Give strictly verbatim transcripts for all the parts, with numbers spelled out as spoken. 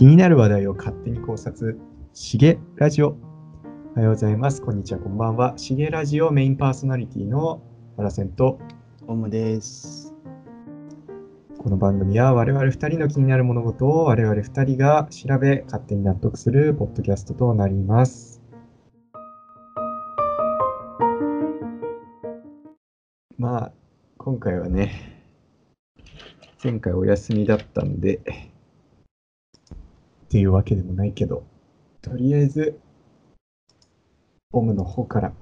気になる話題を勝手に考察、しげラジオ。おはようございます。こんにちは、こんばんは。しげラジオメインパーソナリティのパラセンとオムです。 この番組は我々ふたりの気になる物事を我々ふたりが調べ、勝手に納得するポッドキャストとなります。まあ、今回はね、前回お休みだったんで、っていうわけでもないけど、とりあえず、オムの方から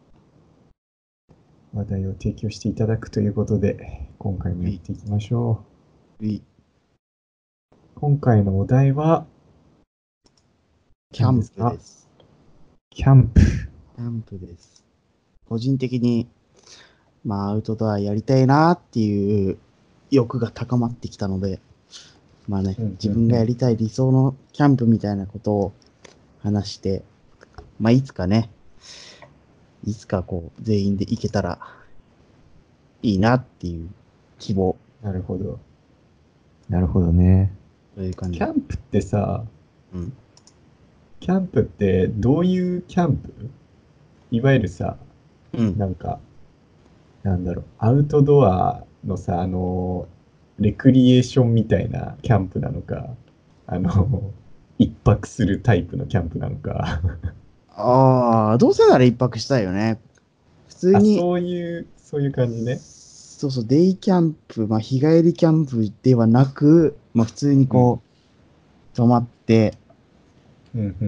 話題を提供していただくということで、今回もやっていきましょう。 い今回のお題は、 キャンプです。 キャンプ。 キャンプです。個人的に、まあ、アウトドアやりたいなっていう欲が高まってきたので、まあね、 うんうんうん、 自分がやりたい理想のキャンプみたいなことを話して、まあ、いつかね、いつかこう、全員で行けたらいいなっていう希望。 なるほど。なるほどね。 という感じ。 キャンプってさ、 うん。 キャンプってどういうキャンプ？いわゆるさ、 うん。 なんか、なんだろう、アウトドアのさ、あの、レクリエーションみたいなキャンプなのか、あの、一泊するタイプのキャンプなのか。 ああ、どうせなら一泊したいよね。普通あ、 に、 そういう、そういう感じね。 そうそう、デイキャンプ、まあ、日帰りキャンプではなく、まあ、普通にうん。 こう、泊まって、 うん、うん、うん。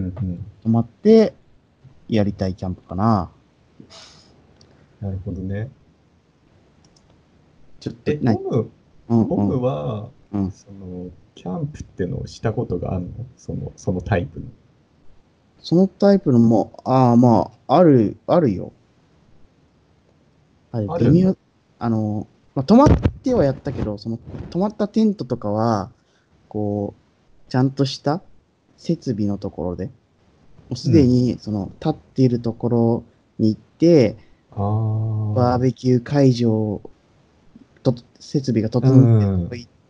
泊まって、やりたいキャンプかな。 なるほどね。 ちょっと、 え、 な、 オム、オうんうん、 ムは、 うん。 その、キャンプってのをしたことがあるの？その、そのタイプの。 そのタイプのも、ああ、まあ、ある、あるよ。あれ、 あるんだ。 微妙、あの、まあ、泊まってはやったけど、その、泊まったテントとかは、こう、ちゃんとした設備のところで、もうすでうん。 に、その、立っているところに行って、 ああ、 バーベキュー会場と、設備がう整っているとこん。 行って、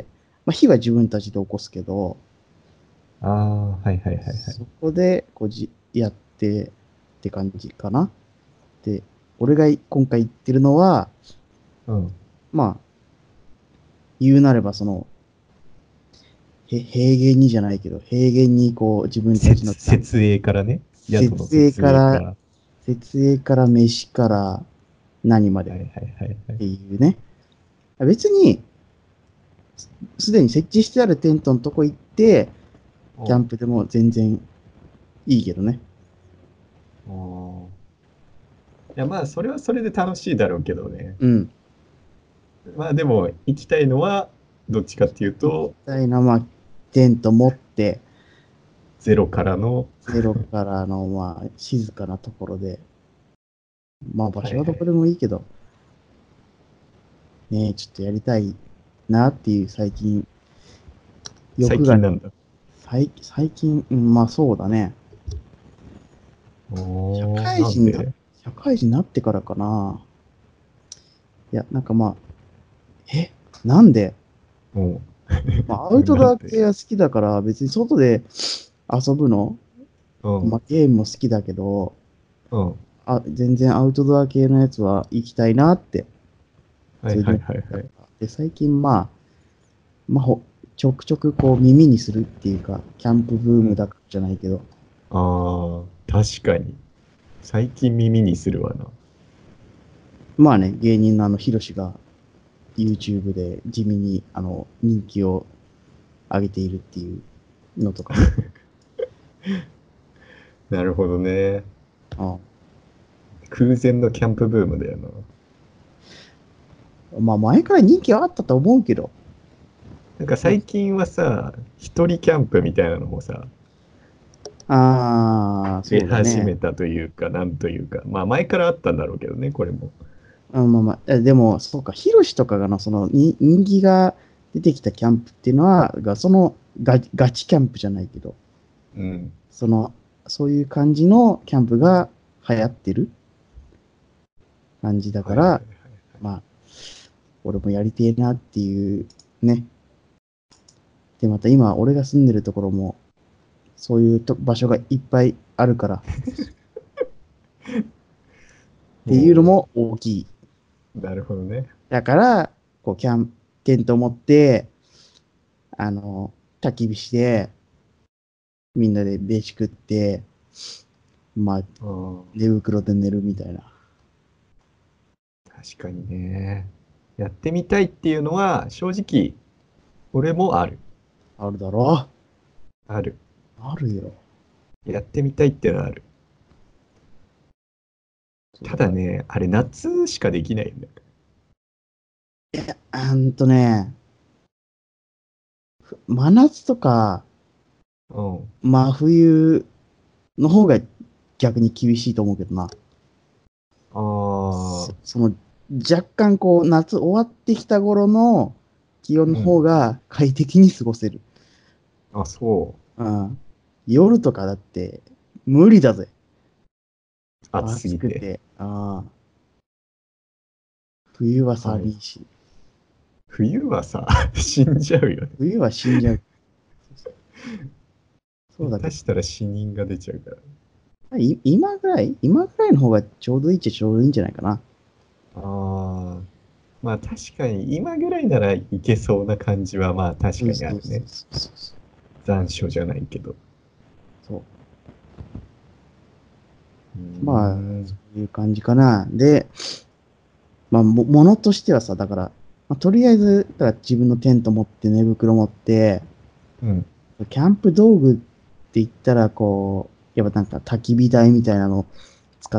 まあ、火は自分たちで起こすけど、 ああ、はいはいはいはい。 そこで、こうじ、やってって感じかな。で、俺が今回言ってるのは、 うん。 まあ、言うなれば、その、へ平原にじゃないけど、平原にこう、自分たちの設、 キャンプ、 設営からね。宿の設営設から、 営から。 設営から飯から何までっはいはいはいはい。 ていうね。別に、すでに設置してあるテントのとこ行って、キャンうん。 プでも全然いいけどね。 ああ。いや、まあ、それはそれで楽しいだろうけどね。 うん。 まあ、でも、行きたいのは、どっちかっていう行きと、 たいな、まあ、テント持って、 ゼロからの、 ゼロからの、まあ、静かなところで、まあ、場はいはい。 所はどこでもいいけど、ね、ちょっとやりたいなっていう最近、 最欲がね、 近なんだ。 最最近、うん、まあそうだね。社おー、 会人な、 なんで？ 社会人になってからかな。いや、なんかまあ、え、なんで、 もまあ、アウう、 トドアなんで？ 系は好きだから、別に外で遊ぶの、 うん、 まあ、ゲームも好きだけど、 うん。 あ、全然アウトドア系のやつは行きたいなって、 はいはい普通に思っはいはい。 たから。で、最近まあ、まあ、ほちょくちょくこう耳にするっていうか、キャンプブーうん。 ムだからじゃないけど、 ああ、確かに。最近耳にするわな。 まあね、芸人のあの、ヒロシが YouTube で地味にあの人気を上げているっていうのとかね。 なるほどね。 あ空前のキャンプブームだよな。 まあ前から人気はあったと思うけど、 なんかま最近はさ、一人キャンプみたいなのもさ、 あ、あー、 出そうだね。 始めたというか、なんというか、まあ前からあったんだろうけどね、これも。 あまあまあ、えでも、そうか、ヒロシとかがの、そのに人気が出てきたキャンプっていうのは、がそのガガチキャンプじゃないけど、 うん。 その、そういう感じのキャンプが流行ってる感じだかはいはいはいら、まあ、俺もやりてえなっていうね、っで、また今、俺が住んでるところも、そういうと場所がいっぱいあるから、っていうのも大きい。 なるほどね。 だから、こう、キャン、テント持って、あの、焚き火して、みんなで飯食って、まあ、 うん、 寝袋で寝るみたいな。 確かにね。やってみたいっていうのは、正直、俺もある。 あるだろある。 あるよ。 やってみたいっていうのはある。 そうだから。 ただね、あれ夏しかできないんだよ。 あんとね、真夏とかうん。 真冬の方が逆に厳しいと思うけどな。 ああ、 そその若干こう夏終わってきた頃の気温の方うん。 が快適に過ごせる。 あ、そうん。夜とかだって無理だぜ。 う。暑すぎて。 暑くて。ああ。冬ははい。 寒いし。 冬はさ、死んじゃうよね。 冬は死んじゃう。そうだけど。 下手したら死人が出ちゃうから。 い今ぐらい今ぐらいの方がちょうどいいっちゃちょうどいいんじゃないかな。 ああ、まあ確かに今ぐらいならいけそうな感じはまあ確かそうそうそうにあるね。 そうそう。 残暑じゃないけど。 そう。 うーまあ、 ん。 そういう感じかな。で、まあ、も、ものとしてはさ、だから、まあ、とりあえず、だから自分のテント持って、寝袋持って、 うん。 キャンプ道具って言ったら、こう、やっぱなんか焚き火台みたいなの使って、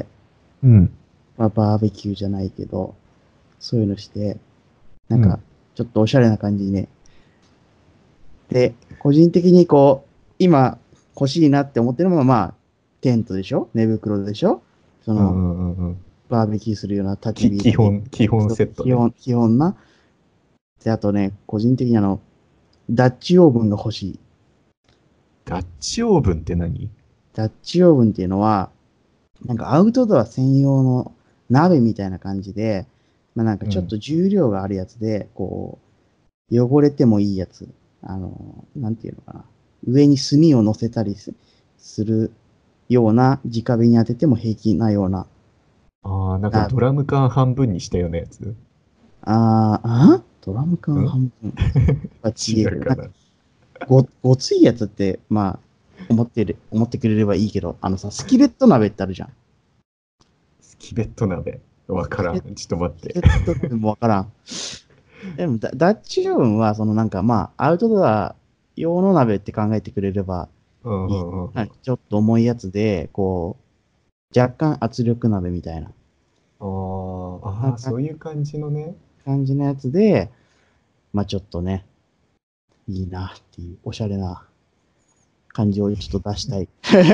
うん。 まあ、バーベキューじゃないけど、そういうのして、なんか、 うん。 ちょっとおしゃれな感じにね。で、個人的にこう、今欲しいなって思ってるのは、まあ、テントでしょ寝袋でしょその、 うんうんうんうん。 バーベキューするような焚きき、 火台。 基本、基本そうセットね。 基本、基本な。で、あとね、個人的にあの、ダッチオーブンが欲しい。 ダッチオーブンって何？ ダッチオーブンっていうのは、なんかアウトドア専用の鍋みたいな感じで、まあなんかちょっうん。 と重量があるやつで、こう、汚れてもいいやつ。あの、なんていうのかな。上に炭を乗せたりすするような、直火に当てても平気なようなああ、なんかド鍋。 ラム缶半分にしたようなやつ。 あー、あドラム缶ん半分はちげえけど、なんか違うかな。 ご、ごついやつって、まあ、思ってる、思ってくれればいいけど、あのさ、スキレット鍋ってあるじゃん。 スキベット鍋。わスキレット、 からん。ちょっと待って。 スキレット鍋もわからん。でもダ、ダッチオーブンは、そのなんかまあ、アウトドア用の鍋って考えてくれればうんういい。 んうんうん。 なんかちょっと重いやつで、こう、若干圧力鍋みたいな、 あーあー、 なかそういう感じのね。 感じのやつで、まあちょっとね、いいなっていう、おしゃれな感じをちょっと出したい。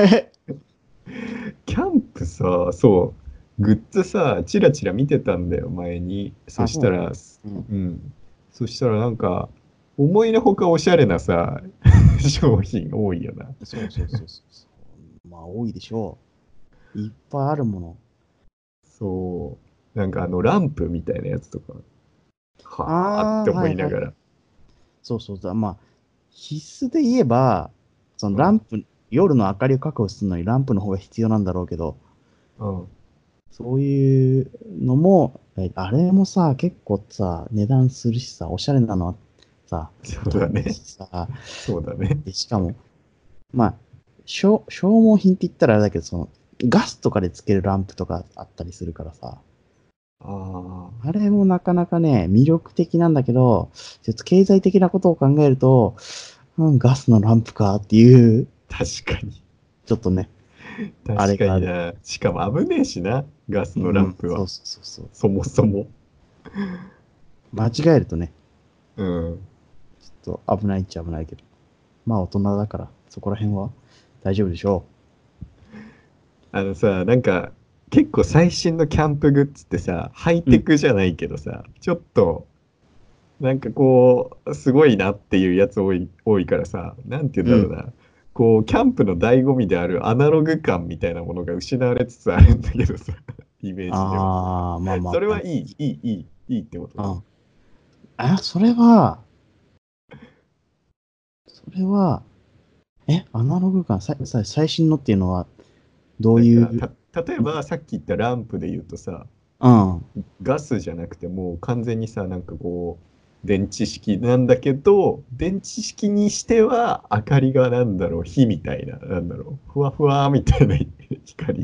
キャンプさ、そう、グッズさ、チラチラ見てたんだよ、前に。そあ、そうなの。 したら、 うん。 うん。そしたらなんか、思いのほかおしゃれなさ、商品多いよな。 そうそうそうそうそう。まあ多いでしょう。いっぱいあるもの。 そう。なんかあの、ランプみたいなやつとか、はあっああ、 て思はいはい。 いながら。 そうそうそう。まあ、必須で言えば、そのうん。 ランプ、夜の明かりを確保するのにランプの方が必要なんだろうけど、 うん。 そういうのも、えあれもさ、結構さ、値段するしさ、おしゃれなのはさ、 そうだ高いね。 しさ、 そうだね。 で、しかも、まあ、消消耗品って言ったらあれだけど、その、ガスとかでつけるランプとかあったりするからさ、 ああれもなかなかね、魅力的なんだけど、ちょっと経済的なことを考えると、うん、ガスのランプかっていう、 あ、確かに。 ちょっとね、あ確れがある。 かにな。しかも危ねえしな、ガスのラうん、 ンプは。 そうそうそうそう。 そもそも。 間違えるとね、 うん。 ちょっと危ないっちゃ危ないけど。まあ大人だから、そこら辺は大丈夫でしょあのさ、なんか、結構最新のキャンプグッズってさ、ハイう。うん。 テクじゃないけどさ、ちょっと、なんかこう、すごいなっていうやつ多い、多いからさ、なんて言うんうん。 だろうな。こう、キャンプの醍醐味であるアナログ感みたいなものが失われつつあるんだけどさ、イメージでは。 ああ、まあまあ、 それはいい、 なんかいい。 いい、いい、いいってこと？ うん。あ、それは、 れは、え、アナログ感、ささ最新のっていうのは、どういなんう、 かた、例えばさっき言ったランプで言うとさ、 うん、 ガスじゃなくてもう完全にさ、なんかこう、電池式なんだけど、電池式にしては明かりがなんだろう、火みたいな、なんだろう、ふわふわみたいな光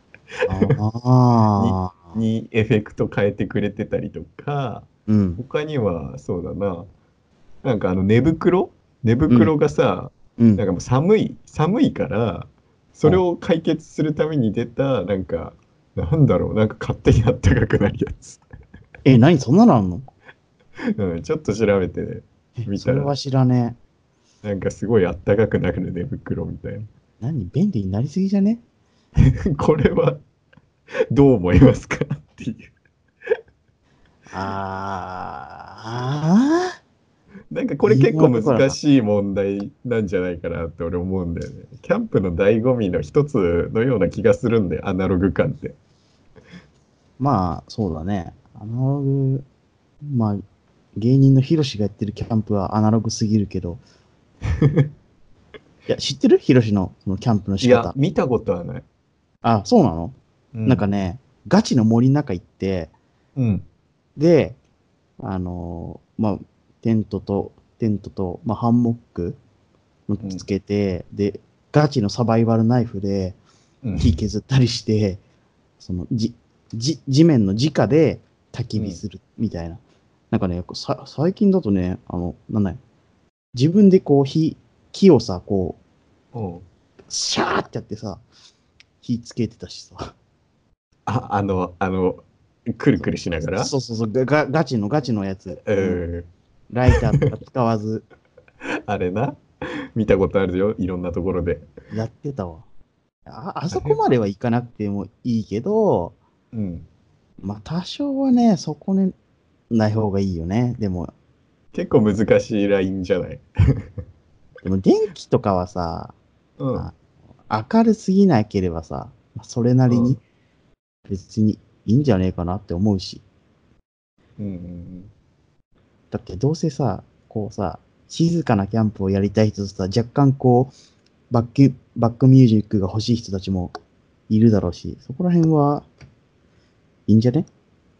に、 ああ、 にエフェクト変えてくれてたりとか、 うん、 他にはそうだな、なんかあの寝袋寝うん、 袋がさ、 うん。 なんかもう寒い、寒いから、それあを解決するために出た、なんか、なんだろう、なんか勝手にあったかくなるやつ。 え、何そんなのあんの？ うん、ちょっと調べてえ、 みたら、 それは知らねなんかすごいあったかくなる寝袋みたいな。 え。何便利になりすぎじゃね？ これはどう思いますかっていう。 ああ、 なんかこれ微結構妙なところだな。 難しい問題なんじゃないかなって俺思うんだよね。キャンプの醍醐味の一つのような気がするんで、アナログ感って。 まあ、そうだね。アナログ、まあ、芸人のヒロシがやってるキャンプはアナログすぎるけど、いや、知ってるヒロシのそのキャンプのいや、 仕方。 見たことはない。 あ、そうなの？ うん。 なんかね、ガチの森の中行って、 うん。 で、あのーまあ、テントと、テントと、まあ、ハンモックうん。 つけて、で、ガチのサバイバルナイフでうん。 木削ったりして、その、じ、じ、地面の直で焚きうん。 火するみたいな。なんかね、さ、最近だとね、あの、なんだよ、自分でこう火、木をさ、こおう。 う、シャーってやってさ、火つけてたしさ。 あ、あの、あの、くるくるしながら。 そうそうそう、ガ、ガガチのガチのやつ。 ううん。 ん。 ライターとか使わずあれな。見たことあるよ。いろんなところで。 やってたわ。あ、あそこあれ、 まではいかなくてもいいけど、 うん。 まあ多少はね、そこね、ない方がいいよね。でも、 結構難しいラインじゃない？ でも電気とかはさ、 うん。 あ明るすぎなければさ、まあそれなりにうん。 別にいいんじゃねえかなって思うし。 うん。 だってどうせさ、こうさ、静かなキャンプをやりたい人とさ、若干こう、バック、バックミュージックが欲しい人たちもいるだろうし、そこら辺はいいんじゃね？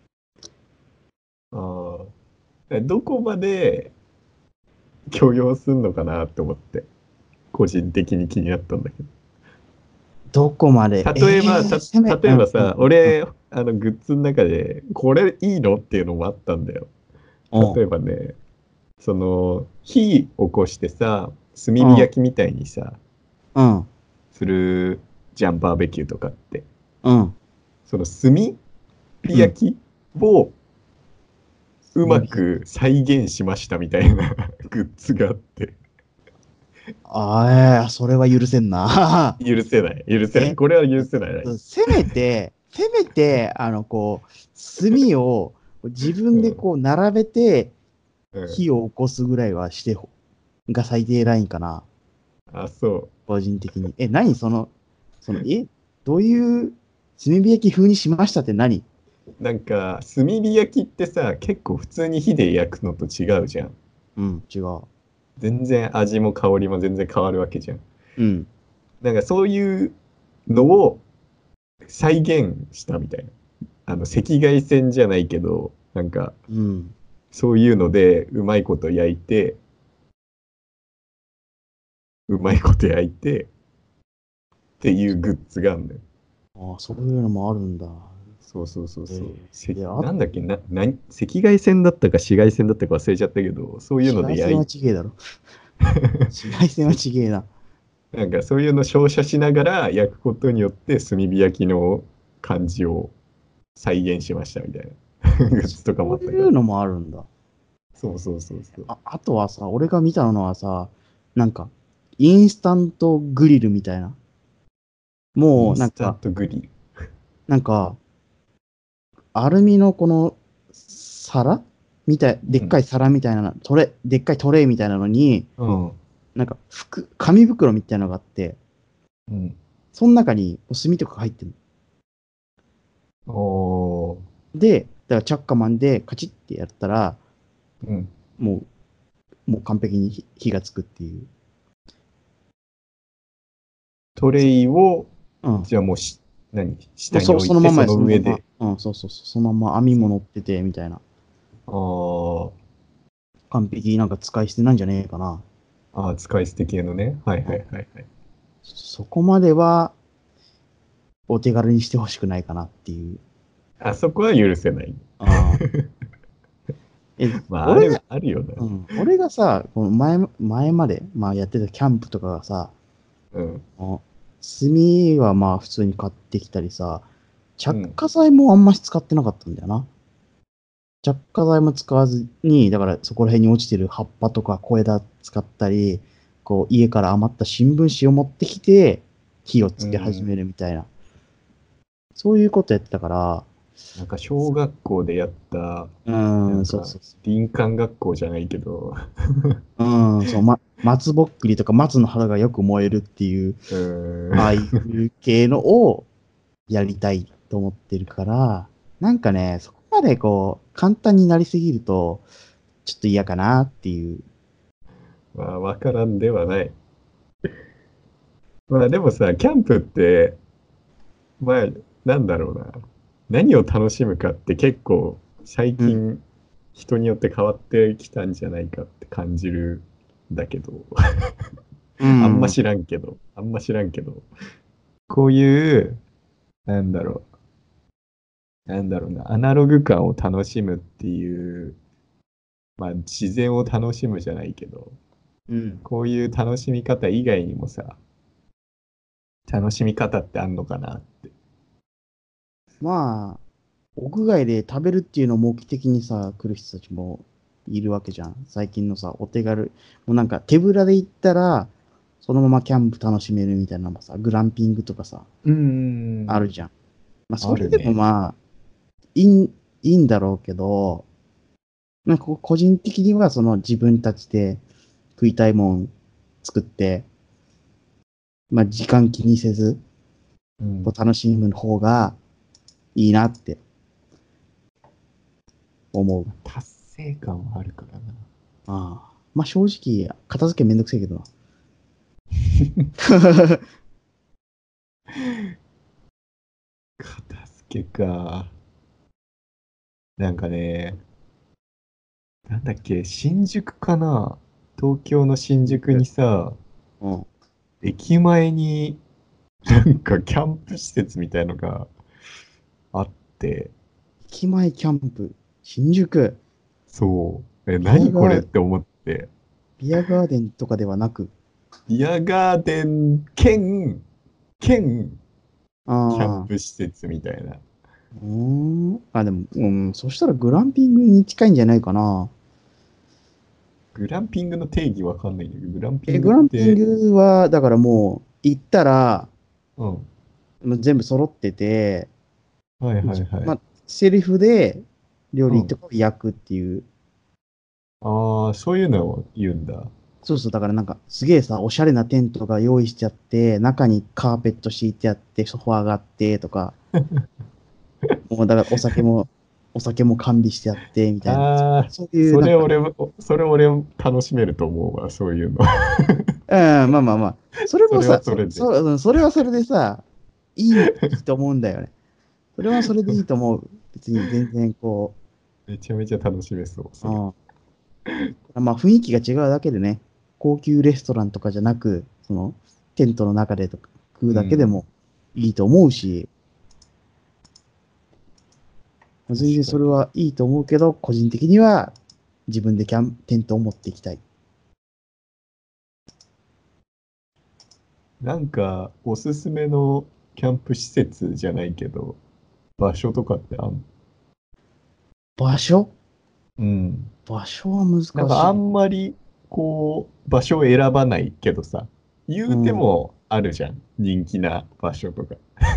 ああ。どこまで許容すんのかなって思って、個人的に気になったんだけど。 どこまで、え例えば、た、 えー、攻め、うん、うん、 例えばさ、 うん、うん、 俺、あの、グッズの中で、これいいのっていうのもあったんだよ。例えばね、その、火起こしてさ、炭うん、 火焼きみたいにさ、 うん、 するじゃん、バーベキューとかって。 うん、 その炭火うん。 焼きをうま炭火。 く再現しましたみたいなグッズがあって、 ああ、それは許せんな。 許せない、許せない。 え、 これは許せない。 せめて、せめて、あの、こう、炭を自分でうん、 こう並べてうん。 火を起こすぐらいはしてほ、が最低ラインかな。 あ、そ個人的に。え、何その、その、え、どういう炭火焼き風にしましたって何？ う。なんか、炭火焼きってさ、結構普通に火で焼くのと違うじゃん。 うん、違う。 全然味も香りも全然変わるわけじゃん。 うん。 なんかそういうのを再現したみたいな。あの、赤外線じゃないけど、なんか、 うん。 そういうのでうまいこと焼いて、うまいこと焼いてっていうグッズがあるんだよ。 ああ、そういうのもあるんだ。 そうそうそうそう。 えせー、で、あ、 なんだっけな、な、赤外線だったか紫外線だったか忘れちゃったけど、そういう紫外線はので焼い、 ちげえだろ。紫外線はせちげえな。 なんかそういうの照射しながら焼くことによって炭火焼きの感じを再現しましたみたいなグッズとかそうもあったから。 いうのもあるんだ。 そうそうそうそう。 あ、あとはさ、俺が見たのはさ、なんか、インスタントグリルみたいな。もう、 インスタンなんか、 トグリル。 なんか、アルミのこの、皿みたい、でっかうん。 い皿みたいな、トレ、でっかいトレイみたいなのに、 うん。 なんか、服、紙袋みたいなのがあって、 うん。 その中に炭とか入ってるおー。 の。で、だからチャッカマンでカチッてやったら、 うん。 もう、もう完璧に火火がつくっていう。 トレイを、 うん。もじゃあもうし、何うそ、 下に置いて、そそのまんまや、そのまんま。 の上で。 うん、そうそうそう。そのまんま網も乗ってて、みたいな。 あー完璧なんか使い捨てなんじゃねえかな。 あー、使い捨て系のね。はいうん。 はいはいはい。 そこまではお手軽にしてほしくないかなっていう。 あそこは許せない。 ああ。え、 まあ、ある、 俺が、 あるよな。 うん、俺がさ、この前、前まで、まあやってたキャンプとかがさ、 うん。 あ炭はまあ普通に買ってきたりさ、着うん。 火剤もあんまし使ってなかったんだよな。着火剤も使わずに、だからそこら辺に落ちてる葉っぱとか小枝使ったり、こう家から余った新聞紙を持ってきて火をうつけ始めん。 るみたいな。そういうことやってたから、 なんか小学校でやった、 うーん、そうなんかそうそ林間学校じゃないけど、 う。うーん、そう、ま、松ぼっくりとか松の葉がよく燃えるっていう、 うーああいん。 う系のをやりたいと思ってるから、なんかね、そこまでこう、簡単になりすぎると、ちょっと嫌かなっていう。 まあ、わからんではない。まあでもさ、キャンプって、まあ、なんだろうな。何を楽しむかって結構最うん。 近人によって変わってきたんじゃないかって感じるんだけど、 うん。 あんま知らんけど、あんま知らんけど、こういう、なんだろう、なんだろうな、アナログ感を楽しむっていう、まあ自然を楽しむじゃないけど、 うん。 こういう楽しみ方以外にもさ、楽しみ方ってあんのかなって。 まあ、屋外で食べるっていうのを目的にさ、来る人たちもいるわけじゃん。最近のさ、お手軽。もうなんか手ぶらで行ったら、そのままキャンプ楽しめるみたいなのもさ、グランピングとかさ、 うーん、 あるじゃん。まあ、それでもあるね。 まあ、いいん、いいんだろうけど、まあ、こ個人的にはその自分たちで食いたいもん作って、まあ、時間気にせず、 うん。 こう楽しむ方がいいなって思う。 達成感はあるからな。 ああ。まあ、正直、片付けめんどくせえけどな。 片付けか。なんかね、なんだっけ、新宿かな、東京の新宿にさ、 うん。 駅前になんかキャンプ施設みたいのがあって、 駅前キャンプ、新宿、 そう、え、 ビア何これガー、 って思って、 ビアガーデンとかではなく、 ビアガーデン兼、兼キャンああ、 プ施設みたいな。 うーん。あ、でも、うん、そしたらグランピングに近いんじゃないかな。 グランピングの定義わかんないんだけど、グランピえ、 ングっグランピンて、 グは、だからもう、行ったら、 うん、 もう全部揃ってて、 はいはいじはい。 まあ、セリフで料うん。 理とかを焼くっていう。 ああ、そういうのを言うんだ。 そうそう、だからなんか、すげえさ、おしゃれなテントが用意してあって、中にカーペット敷いてあって、ソファーがあってとか、もうだからお酒も、お酒も完備してあって、みたいな。そああ、 そういう、なんか、 それ俺も、それ俺も楽しめると思うわ、そういうの。 うん、まあまあまあ、それそれはもさ、そ、 それで。 そ、うんそれはそれでさ、いい、いいと思うんだよね。それはそれでいいと思う。別に全然こめちゃめちゃ楽しめそう、それ。 う、うん、まあ雰囲気が違うだけでね、高級レストランとかじゃなく、その、テントの中でとか食ううん。 だけでもいいと思うし、全然確かに。 それはいいと思うけど、個人的には自分でキャン、テントを持っていきたい。 なんか、おすすめのキャンプ施設じゃないけど、場所とかってあん？ 場所うん。 場所は難なんかあしい。 んまり、こう、場所を選ばないけどさ、言うてうん。 もあるじゃん。人気な場所とか。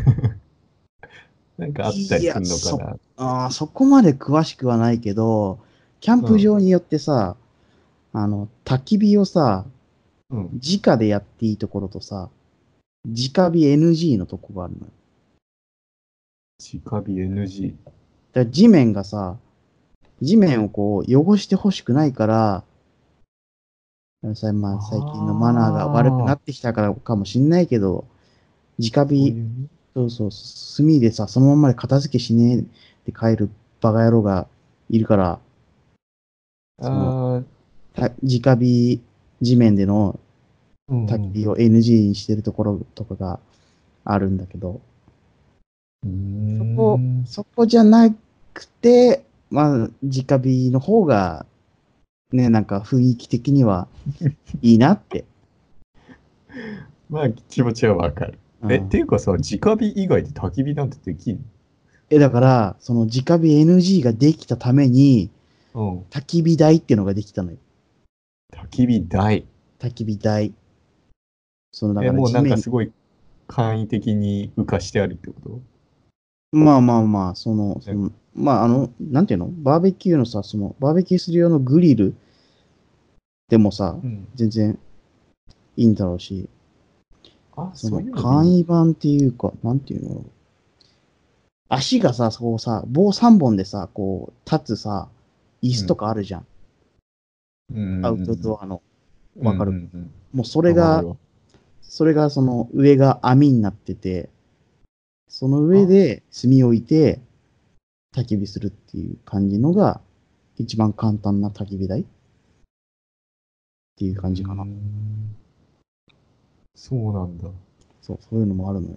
なんかあったいや、 りすんのかそ、 な。 あーそこまで詳しくはないけど、キャンうん。 プ場によってさ、あの、焚き火をさ、 うん。 直でやっていいところとさ、直火 エヌジー のとこがあるのよ。 直火 エヌジー。 だから地面がさ、地面をこう汚してほしくないから、さまあ、最近のマナーが悪くなあってきたからかもしんないけど、 直そうい火、 うね。 そうそう、炭でさ、そのまんまで片付けしねえで帰るバカ野郎がいるから、その、 ああ、 た直火地面でのうんうん。 焚き火を エヌジー にしてるところとかがあるんだけど、 うーそこ、 ん。 そこじゃなくて、まあ、直火の方が、ね、なんか雰囲気的にはいいなって。 まあ、気持ちはわかる。え、っうん。 ていうかさ、直火以外で焚き火なんてできんえ、だから、その直火 エヌジー ができたために、 の？うん。 焚き火台っていうのができたのよ。 焚き火台。 焚き火台。その、だえ、 からもう地面、 なんかすごい簡易的に浮かしてあるってこと？ まあまあまあ、その、そえ、 の、まああの、なんていうのバーベキューのさ、その、バーベキューする用のグリルでもさ、 うん。 全然いいんだろうし、 あ、 その、 そういうのでいい簡の？ 易版っていうか、なんていうの足がさ、そうさ、棒さんぼんでさ、こう、立つさ、椅子とうん。 かあるじゃん。 うんうんアウトドアの。 うん。うんうわかる？ んうん。 もうそれが、 わかるよ。 それがその上が網になってて、その上あ、 で炭を置いて焚き火するっていう感じのが一番簡単な焚き火台っていううー感じかな。 ん。そうなんだ。 そう、そういうのもあるのよ。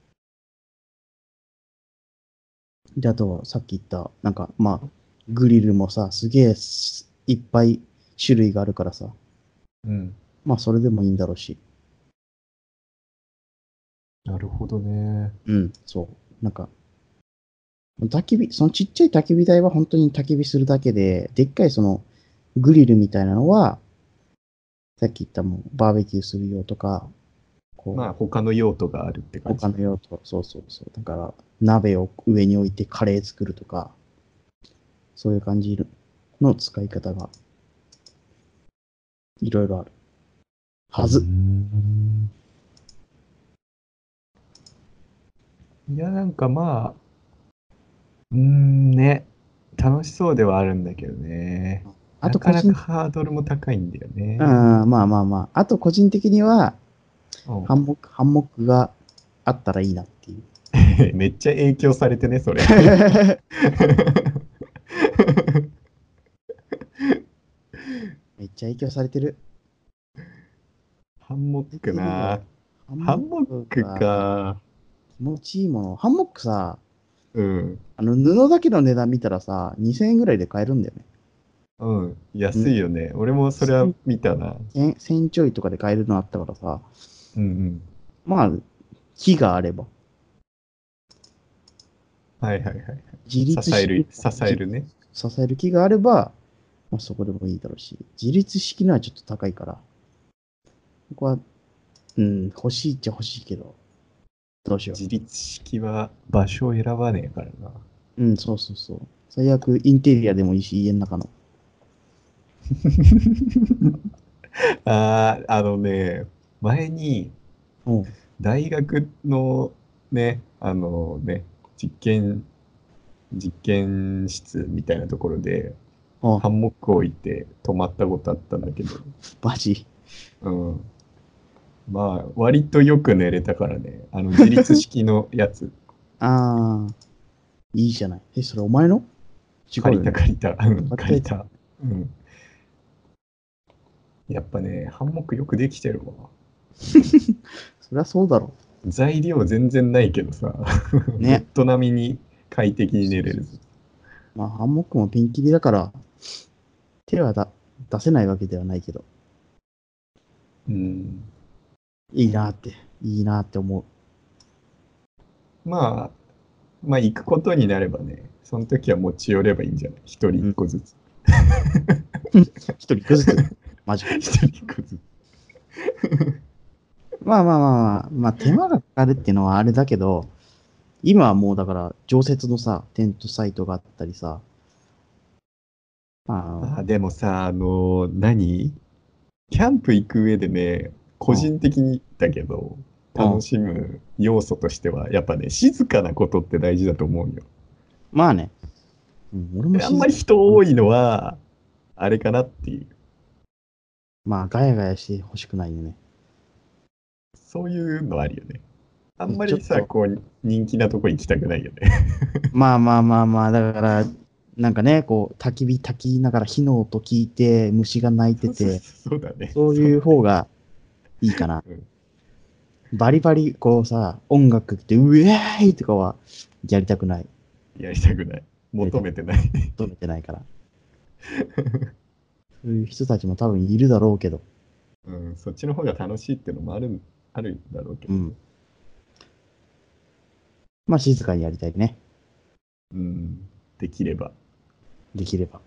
で、あとはさっき言った、なんかまあ、グリルもさ、すげえいっぱい種類があるからさ、 うん。 まあそれでもいいんだろうし、 なるほどね。 うん、そう。なんか、焚き火、そのちっちゃい焚き火台は本当に焚き火するだけで、でっかいそのグリルみたいなのは、さっき言ったもうバーベキューする用とか、 まあ、 こう、 他の用途があるって感じ。 他の用途、そうそうそう。だから、鍋を上に置いてカレー作るとか、そういう感じの使い方がいろいろあるうーはず。 ん。いや、なんかまあ、うーんね、楽しそうではあるんだけどね。 あなかなかと個人、 ハードルも高いんだようん、 ね。 まあまあまあ。あと個人的には、 うん。 ハンモック、ハンモックがあったらいいなっていう。 めっちゃ影響されてね、それ。 めっちゃ影響されてる。 ハンモッされクてるよ。 な。 ハンモハンモッッククがか。 気持ちいいもの。ハンモックさ、 うん。 あの布だけの値段見たらさ、にせんえんぐらいで買えるんだよね。 うん。安んいよね。俺もそれは 1000、 見たな。 せんちょいとかで買えるのあったからさ、 うんうん。 まあ、木があれば、 はいはいはいはい。 自支える、 立式、 支えじるね。 支える木があれば、まあ、そこでもいいだろうし、自立式のはちょっと高いから、ここは、うん、欲しいっちゃ欲しいけど、どうしよ自立式は場所を選ばねえからな。 う。うん、そうそうそう。最悪、インテリアでもいいし、家の中の。 ああ、あのね、前にうん。 大学のね、あのね、実験、実験室みたいなところで、 あ、 ハンモックを置いて泊まったことあったんだけど、 マジ。 うん。まあ、割とよく寝れたからね、あの自立式のやつ、 ああ、いいじゃない。え、それお前の？違う借りよね。 た借りた、うん、 買ったやつ。 借りた。うん。やっぱね、ハンモックよくできてるわ。 そりゃそうだろ材料全然ないけどさ、 う。 ベッね。 ド並みに快適に寝れる。 そうそうそう。まあ、ハンモックもピンキリだから、手はだ出せないわけではないけど、 うん。 いいなって、いいなって思う。 まあ、まあ行くことになればね、その時は持ち寄ればいいんじゃない？一人うん。 一個ずつ。 一人一個ずつ。マジか。 一人一個ずつ。 まあまあまあまあ、まあ手間がかかるっていうのはあれだけど、今はもうだから常設のさ、テントサイトがあったりさ、あの、 あ、でもさ、あの、何キャンプ行く上でね、個うん、 人的にだけど、 うん。 楽しむ要素としては、やっぱね、静かなことって大事だと思うよ。 まあね、うん、俺もあんま静かり人な、 多いのは、あれかなっていう、 まあガヤガヤしてほしくないよね。 そういうのあるよね。 あんまりさ、 ちょっと、 こう、人気なとこ行きたくないよね。 まあまあまあまあ、だから、なんかね、こう、焚き火焚きながら火の音聞いて、虫が鳴いてそうそうて、 そうだね。 そういうそうだね。 方がいいかな。 うん。 バリバリ、こうさ、音楽って、ウェーイとかはやりたくない。 やりたくない。 やりたく求めてない。 求めてないから。そういう人たちも多分いるだろうけど。 うん、そっちの方が楽しいっていうのもあるん、あるんだろうけどね。 うん。まあ静かにやりたいね。 うん、できれば。 できれば。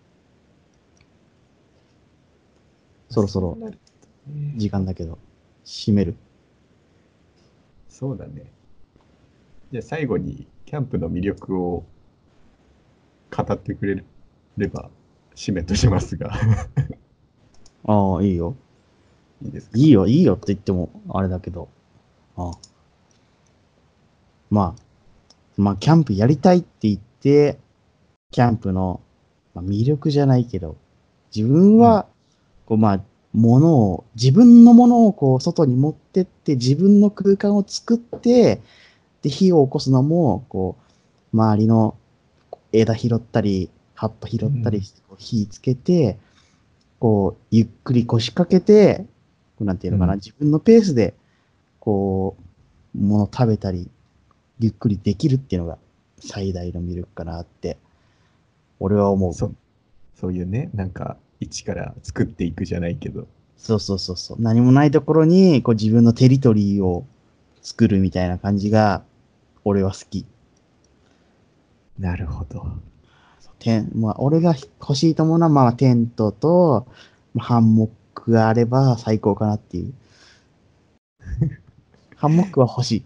まあそろそろそうなるとね。 時間だけど、閉める。 そうだね。じゃあ最後にキャンプの魅力を語ってくれれば締めとしますがああ、いいよ。 いいですか？ いいよ、いいよって言ってもあれだけど。ああまあ、まあ、キャンプやりたいって言って、キャンプの、まあ、魅力じゃないけど、自分うん。 は、こう、まあ、ものを、自分のものをこう、外に持ってって、自分の空間を作って、で、火を起こすのも、こう、周りの枝拾ったり、葉っぱ拾ったりうん。 して、こう火つけて、こう、ゆっくり腰掛けて、こうなんていうのかな、 うん。 自分のペースで、こう、もの食べたり、ゆっくりできるっていうのが最大の魅力かなって、俺は思う。 そ、そういうね、なんか一から作っていくじゃないけど。 そうそうそうそう。何もないところに、こう自分のテリトリーを作るみたいな感じが、俺は好き。 なるほど。 テン、まあ、俺が欲しいと思うのは、まあ、テントと、まあハンモックがあれば最高かなっていう。ハンモックは欲しい。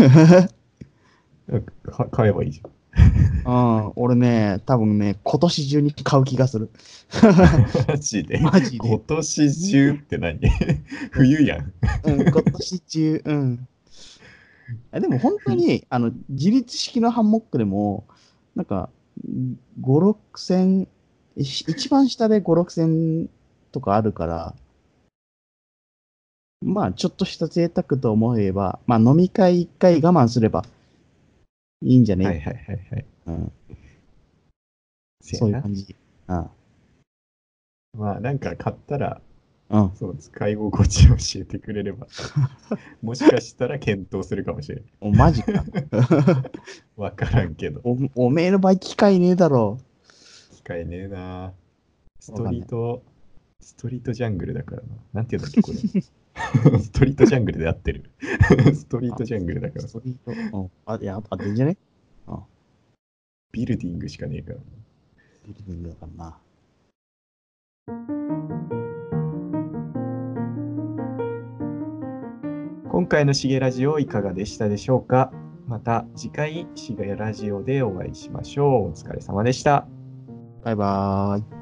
か買えばいいじうん、俺ね、多分ね、今年中に買う気がする。 ゃん。マジで。 マジで。 今年中って何？冬やん。 うん、今年中、うん。あでも本当冬。 に、あの、自立式のハンモックでも、なんか、ご、ろくせん、い一番下でご、ろくせんとかあるから、まあ、ちょっとした贅沢と思えば、まあ、飲み会一回我慢すればいいんじゃね？ はいはいはいはい。 うん、 せやな。 そういう感じ。うん。 まあなんか買ったら、 うん。 そう、使い心地を教えてくれれば、もしかしたら検討するかもしれん。 お、マジか。 わからんけど。 お、おめえの場合機会ねえだろ機会ねえな。スう。わトかんない。 リート、ストリートジャングルだからな。なんていうんだっけ、これ。ストリートジャングルで合ってる。ストリーあ、 トジャングルだからさ。 ストリート。うん。あ、いや、あってんじゃね？うん。 ビルディングしかねえからな。 ビルディングだからな。 今回のしげラジオいかがでしたでしょうか？また次回しげラジオでお会いしましょう。お疲れ様でした。 バイバーイ。